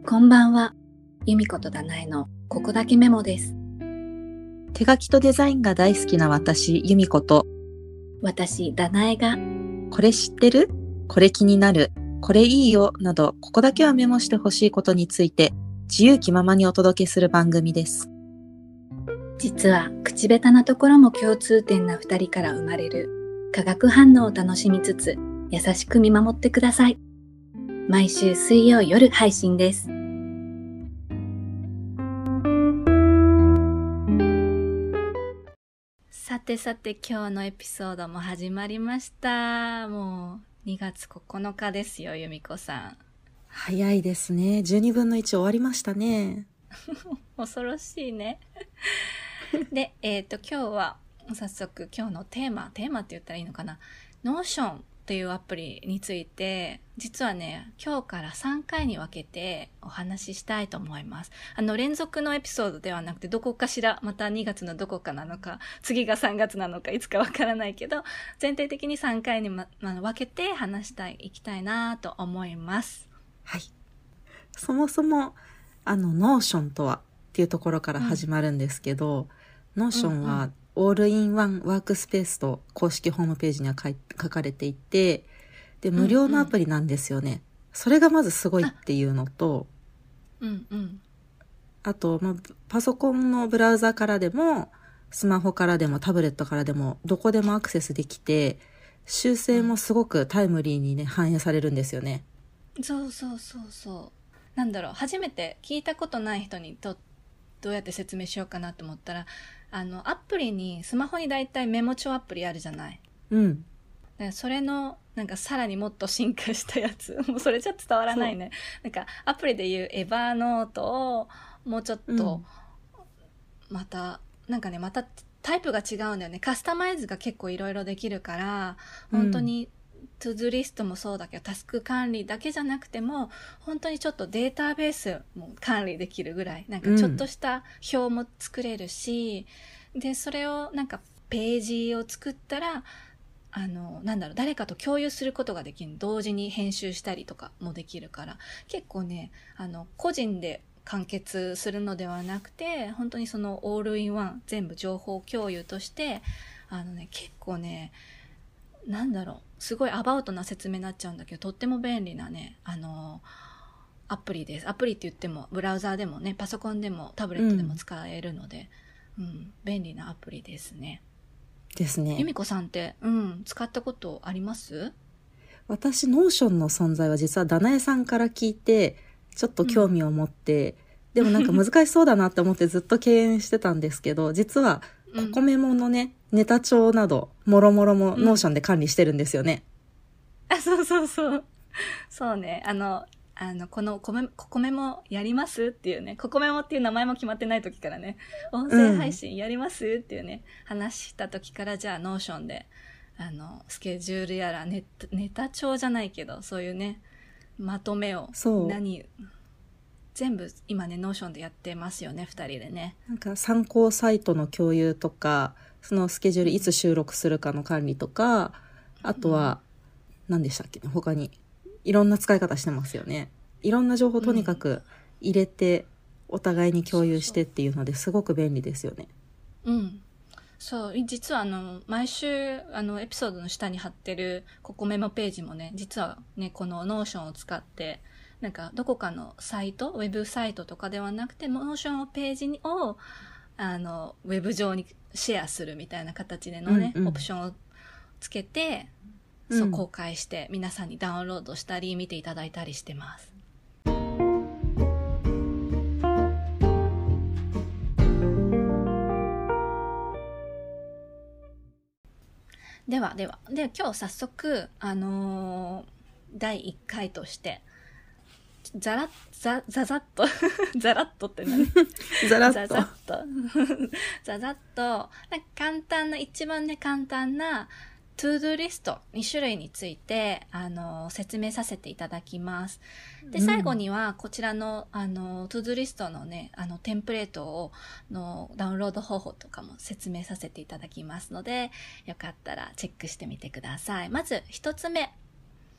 こんばんは。由美子とダナエのここだけメモです。 手書きとデザインが大好きな私、由美子と、 私、ダナエが、 これ知ってる？これ気になる？これいいよ？など、ここだけはメモしてほしいことについて、自由気ままにお届けする番組です。 実は口下手なところも共通点な2人から生まれる化学反応を楽しみつつ、優しく見守ってください。毎週水曜夜配信です。さてさて、今日のエピソードも始まりました。もう2月9日ですよ、由美子さん。 早いですね。12分の1終わりましたね。 恐ろしいね。で、今日は早速今日のテーマって言ったらいいのかな。Notionっていうアプリについて、実はね、今日から3回に分けてお話ししたいと思います。連続のエピソードではなくて、どこかしら、また2月のどこかなのか、次が3月なのか、いつかわからないけど、全体的に3回に分けて話していきたいなと思います。 はい。そもそも、Notion とはっていうところから始まるんですけど、Notion はオールインワンワークスペースと公式ホームページには書かれていて、で、無料のアプリなんですよね。それがまずすごいっていうのと、あと、パソコンのブラウザからでも、スマホからでもタブレットからでも、どこでもアクセスできて、修正もすごくタイムリーにね、反映されるんですよね。 そう。なんだろう、初めて聞いたことない人にどうやって説明しようかなと思ったら、アプリに、スマホにだいたいメモ帳アプリあるじゃない。それの、なんかさらにもっと進化したやつ。もうそれじゃ伝わらないね。なんかアプリでいうエバーノートをもうちょっと、またタイプが違うんだよね。カスタマイズが結構いろいろできるから、本当に、トゥードゥリストもそうだけど、タスク管理だけじゃなくても、本当にちょっとデータベースも管理できるぐらい、なんかちょっとした表も作れるし、で、それをなんかページを作ったら、誰かと共有することができる。同時に編集したりとかもできるから、結構ね、個人で完結するのではなくて、本当にそのオールインワン、全部情報共有として、結構ね、すごいアバウトな説明になっちゃうんだけど、とっても便利なね、アプリです。アプリって言っても、ブラウザーでもね、パソコンでもタブレットでも使えるので、便利なアプリですね。 ですね。 由美子さんって、使ったことあります？ 私、Notion の存在は実はダナエさんから聞いて、ちょっと興味を持って、でもなんか難しそうだなって思ってずっと敬遠してたんですけど、実は、ココメモのね、ネタ帳など、もろもろも Notion で管理してるんですよね。 そう。そうね。このココメモやりますっていうね、ココメモっていう名前も決まってない時からね、音声配信やりますっていうね、話した時から、じゃあノーションで、スケジュールやらネタ帳じゃないけど、そういうね、まとめを、全部今ね、ノーションでやってますよね、2人でね。 なんか参考サイトの共有とか、そのスケジュールいつ収録するかの管理とか、あとは、何でしたっけね、他に。いろんな使い方してますよね。いろんな情報とにかく入れて、お互いに共有してっていうのですごく便利ですよね。 そう、実は毎週エピソードの下に貼ってるココメモページもね、実はね、このノーションを使って、なんかどこかのサイト、ウェブサイトとかではなくて、ノーションページをウェブ上にシェアするみたいな形でのね、オプションをつけて、公開して皆さんにダウンロードしたり見ていただいたりしてます。では今日早速第1回としてザラッとザラッとって何ザラッと簡単な、一番ね簡単なトゥードゥリスト2種類について説明させていただきます。で、最後にはこちらのトゥードゥリストのねテンプレートのダウンロード方法とかも説明させていただきますので、よかったらチェックしてみてください。まず一つ目、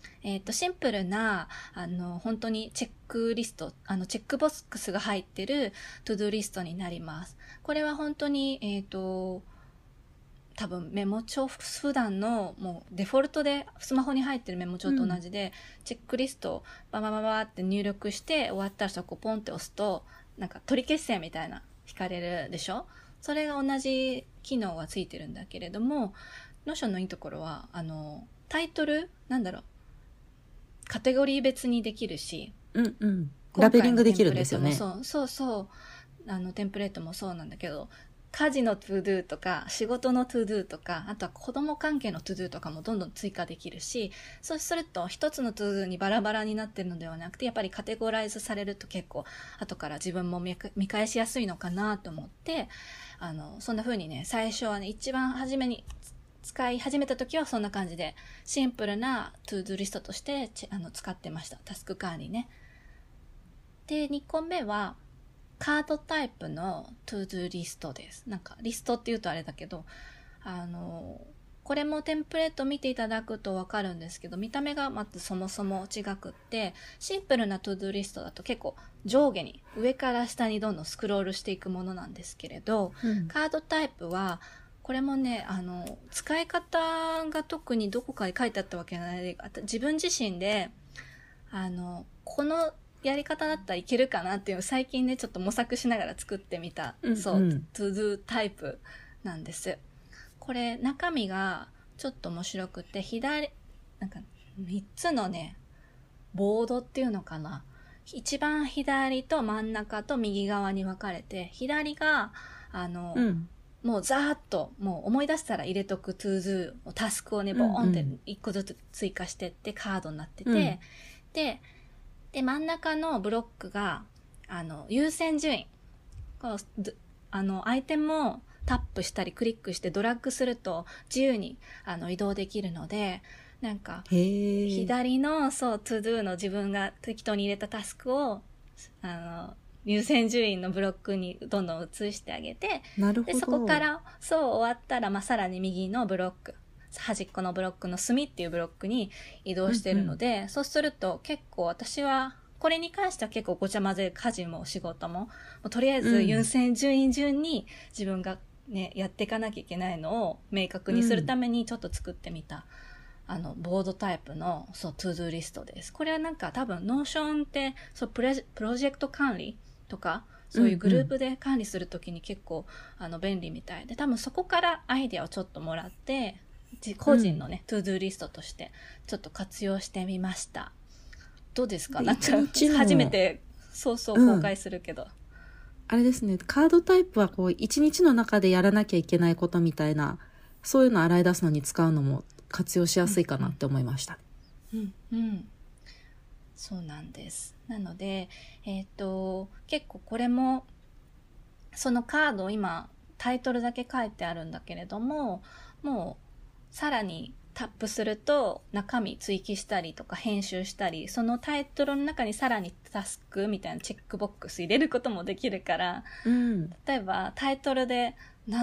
シンプルな、本当にチェックリスト、チェックボックスが入ってるトゥードゥリストになります。これは本当に、多分メモ帳、普段のもうデフォルトでスマホに入ってるメモ帳と同じで、チェックリストをババババって入力して終わったらそこポンって押すと、なんか取り消し線みたいな引かれるでしょ。それが同じ機能がついてるんだけれども、ノーションのいいところは、タイトル、カテゴリー別にできるし、 ラベリングできるんですよね。 そうテンプレートもそうなんだけど、家事のトゥードゥとか仕事のトゥードゥとか、あとは子供関係のトゥードゥとかもどんどん追加できるし、そうすると一つのトゥードゥにバラバラになってるのではなくて、やっぱりカテゴライズされると結構後から自分も見返しやすいのかなと思って、そんな風にね、最初はね、一番初めに使い始めた時はそんな感じでシンプルなトゥードゥリストとして使ってました。タスク管理ね。で、2個目はカードタイプのトゥードゥリストです。なんかリストって言うとあれだけど、これもテンプレート見ていただくとわかるんですけど、見た目がまずそもそも違くって、シンプルなトゥードゥリストだと結構上下に上から下にどんどんスクロールしていくものなんですけれど、カードタイプはこれもね、使い方が特にどこかに書いてあったわけじゃないで、自分自身で、このやり方だったらいけるかなっていうのを最近ね、ちょっと模索しながら作ってみた、トゥードゥタイプなんです。これ、中身がちょっと面白くて、なんか、3つのね、ボードっていうのかな。一番左と真ん中と右側に分かれて、左が、もうざーっと、もう思い出したら入れとくトゥードゥタスクをね、ボーンって一個ずつ追加してってカードになってて、で、真ん中のブロックが、優先順位。アイテムをタップしたりクリックしてドラッグすると自由に移動できるので、なんか、左の、トゥードゥの自分が適当に入れたタスクを、優先順位のブロックにどんどん移してあげて、でそこから終わったら、さらに右のブロック、端っこのブロックの隅っていうブロックに移動してるので、そうすると結構私はこれに関しては結構ごちゃ混ぜ、家事も仕事もとりあえず優先順位順に自分がねやっていかなきゃいけないのを明確にするためにちょっと作ってみた、ボードタイプのトゥードゥリストです。これはなんか多分ノーションってプロジェクト管理とかそういうグループで管理するときに結構便利みたいで、多分そこからアイデアをちょっともらって個人のね、トゥードゥリストとしてちょっと活用してみました。どうですか？なんか初めて公開するけど、 あれですね、カードタイプはこう一日の中でやらなきゃいけないことみたいな、そういうのを洗い出すのに使うのも活用しやすいかなって思いました。 そうなんです。なので結構これもそのカード今タイトルだけ書いてあるんだけれども、もうさらにタップすると中身追記したりとか編集したり、そのタイトルの中にさらにタスクみたいなチェックボックス入れることもできるから、例えばタイトルでメ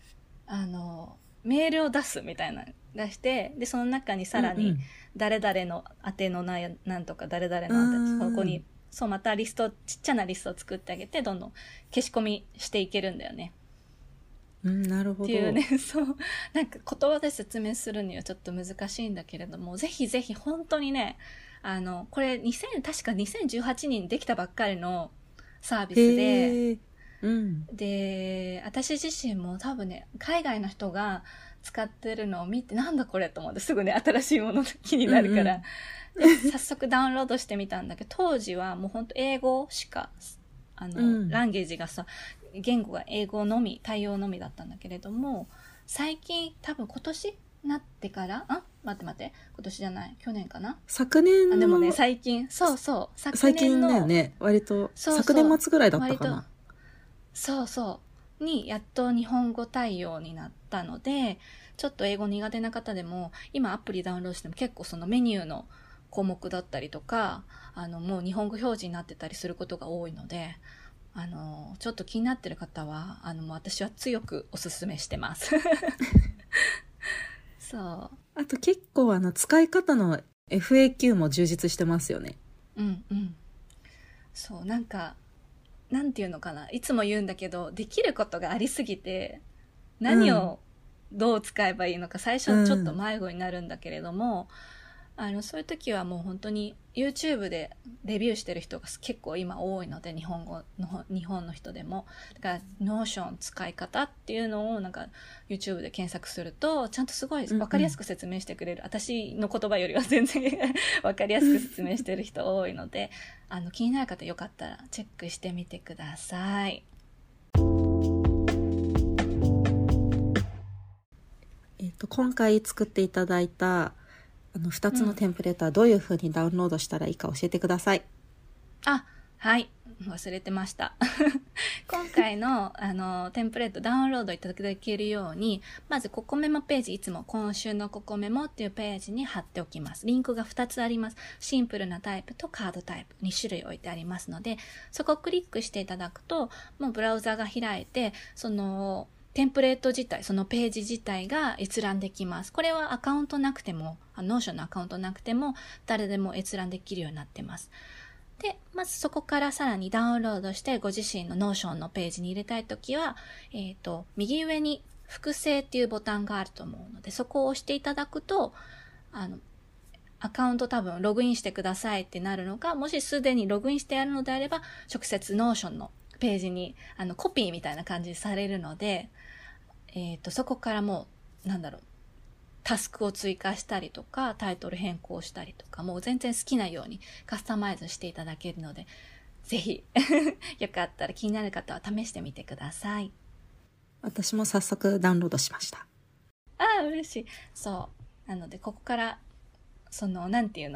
ールを出すみたいな出して、でその中にさらに誰々の宛てのなんとか誰々の宛て、ここにまたちっちゃなリストを作ってあげて、どんどん消し込みしていけるんだよね。 なるほど。 っていうね、なんか言葉で説明するにはちょっと難しいんだけれども、ぜひぜひ本当にね、これ確か2018年にできたばっかりのサービスで、で、私自身も多分ね、海外の人が使ってるのを見て、なんだこれと思ってすぐね、新しいもの気になるから、早速ダウンロードしてみたんだけど、当時はもう本当英語しか、ランゲージが言語が英語のみ、対応のみだったんだけれども、最近多分今年になってから、待って、今年じゃない、去年かな、 昨年の、 でもね、最近最近だよね、割と昨年末ぐらいだったかな。 にやっと日本語対応になったので、ちょっと英語苦手な方でも今アプリダウンロードしても結構そのメニューの項目だったりとか、もう日本語表示になってたりすることが多いので、ちょっと気になってる方はもう私は強くおすすめしてます。 あと結構使い方の FAQ も充実してますよね。 うんうん。そう、なんか、なんていうのかな。いつも言うんだけど、できることがありすぎて、何をどう使えばいいのか、最初ちょっと迷子になるんだけれども、そういう時はもう本当に YouTube でレビューしてる人が結構今多いので、日本の人でも。だから、Notion 使い方っていうのをなんか YouTube で検索すると、ちゃんとすごい分かりやすく説明してくれる。私の言葉よりは全然分かりやすく説明してる人多いので、気になる方よかったらチェックしてみてください。 今回作っていただいた2つのテンプレートはどういう風にダウンロードしたらいいか教えてください。 はい。忘れてました。今回の、テンプレートダウンロードいただけるように、まずココメモページ、いつも今週のココメモっていうページに貼っておきます。リンクが2つあります。シンプルなタイプとカードタイプ、2種類置いてありますので、そこをクリックしていただくと、もうブラウザが開いて、テンプレート自体、そのページ自体が閲覧できます。これはアカウントなくても、Notion のアカウントなくても、誰でも閲覧できるようになってます。で、まずそこからさらにダウンロードして、ご自身の Notion のページに入れたいときは、右上に複製っていうボタンがあると思うので、そこを押していただくと、アカウント多分ログインしてくださいってなるのか、もしすでにログインしてあるのであれば、直接 Notion のページにコピーみたいな感じにされるので、そこからもうタスクを追加したりとかタイトル変更したりとか、もう全然好きなようにカスタマイズしていただけるので、ぜひよかったら気になる方は試してみてください。 私も早速ダウンロードしました。 嬉しい。そうなので、ここからこの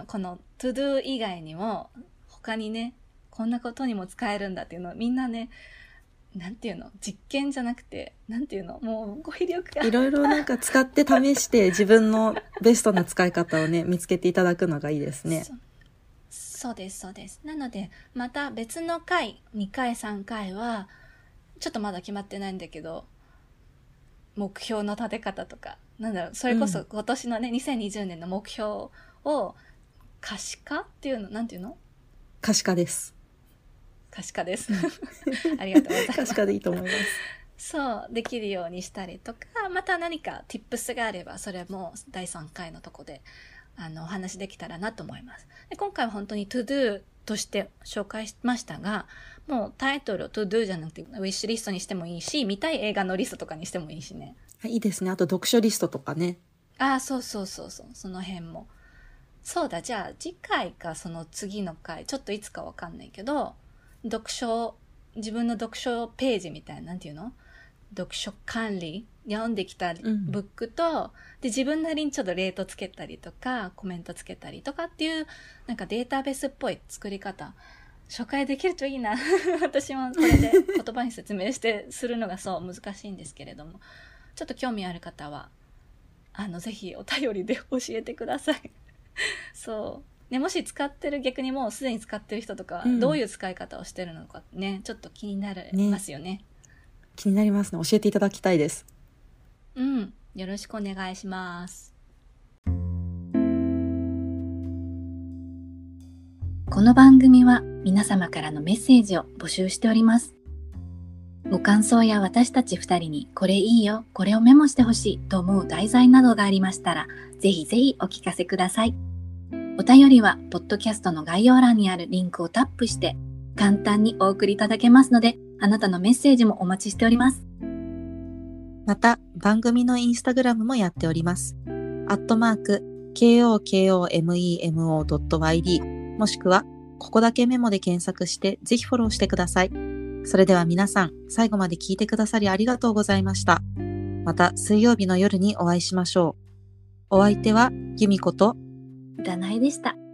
To Do 以外にも他にね、こんなことにも使えるんだっていうのをみんなね、実験じゃなくて、もう語彙力が。 いろいろ使って試して自分のベストな使い方をね、見つけていただくのがいいですね。 そうです、そうです。なので、また別の回、2回、3回は、ちょっとまだ決まってないんだけど、目標の立て方とか、それこそ今年のね、2020年の目標を可視化っていうの？ 可視化です。 可視化です。ありがとうございます。 可視化でいいと思います。 そう、できるようにしたりとか、また何か tips があれば、それも第3回のとこで、お話できたらなと思います。で、今回は本当に to do として紹介しましたが、もうタイトルを to do じゃなくて、ウィッシュリストにしてもいいし、見たい映画のリストとかにしてもいいしね。 いいですね。あと読書リストとかね。 そう、その辺も。そうだ、じゃあ次回かその次の回、ちょっといつかわかんないけど、自分の読書ページみたいな、読書管理、読んできたブックと、で、自分なりにちょっとレートつけたりとか、コメントつけたりとかっていう、データベースっぽい作り方、紹介できるといいな。私もこれで言葉に説明するのが難しいんですけれども、ちょっと興味ある方は、ぜひお便りで教えてください。そう。ね、もし逆にもうすでに使ってる人とか、どういう使い方をしてるのかね、ちょっと気になりますよね。 気になりますね。教えていただきたいです。 よろしくお願いします。この番組は皆様からのメッセージを募集しております。ご感想や私たち2人にこれいいよ、これをメモしてほしいと思う題材などがありましたら、ぜひぜひお聞かせください。お便りは、ポッドキャストの概要欄にあるリンクをタップして、簡単にお送りいただけますので、あなたのメッセージもお待ちしております。 また、番組のインスタグラムもやっております。@KOKOMEMO.YD もしくは、ここだけメモで検索して、ぜひフォローしてください。それでは皆さん、最後まで聞いてくださりありがとうございました。また、水曜日の夜にお会いしましょう。お相手は、由美子と、 占いでした。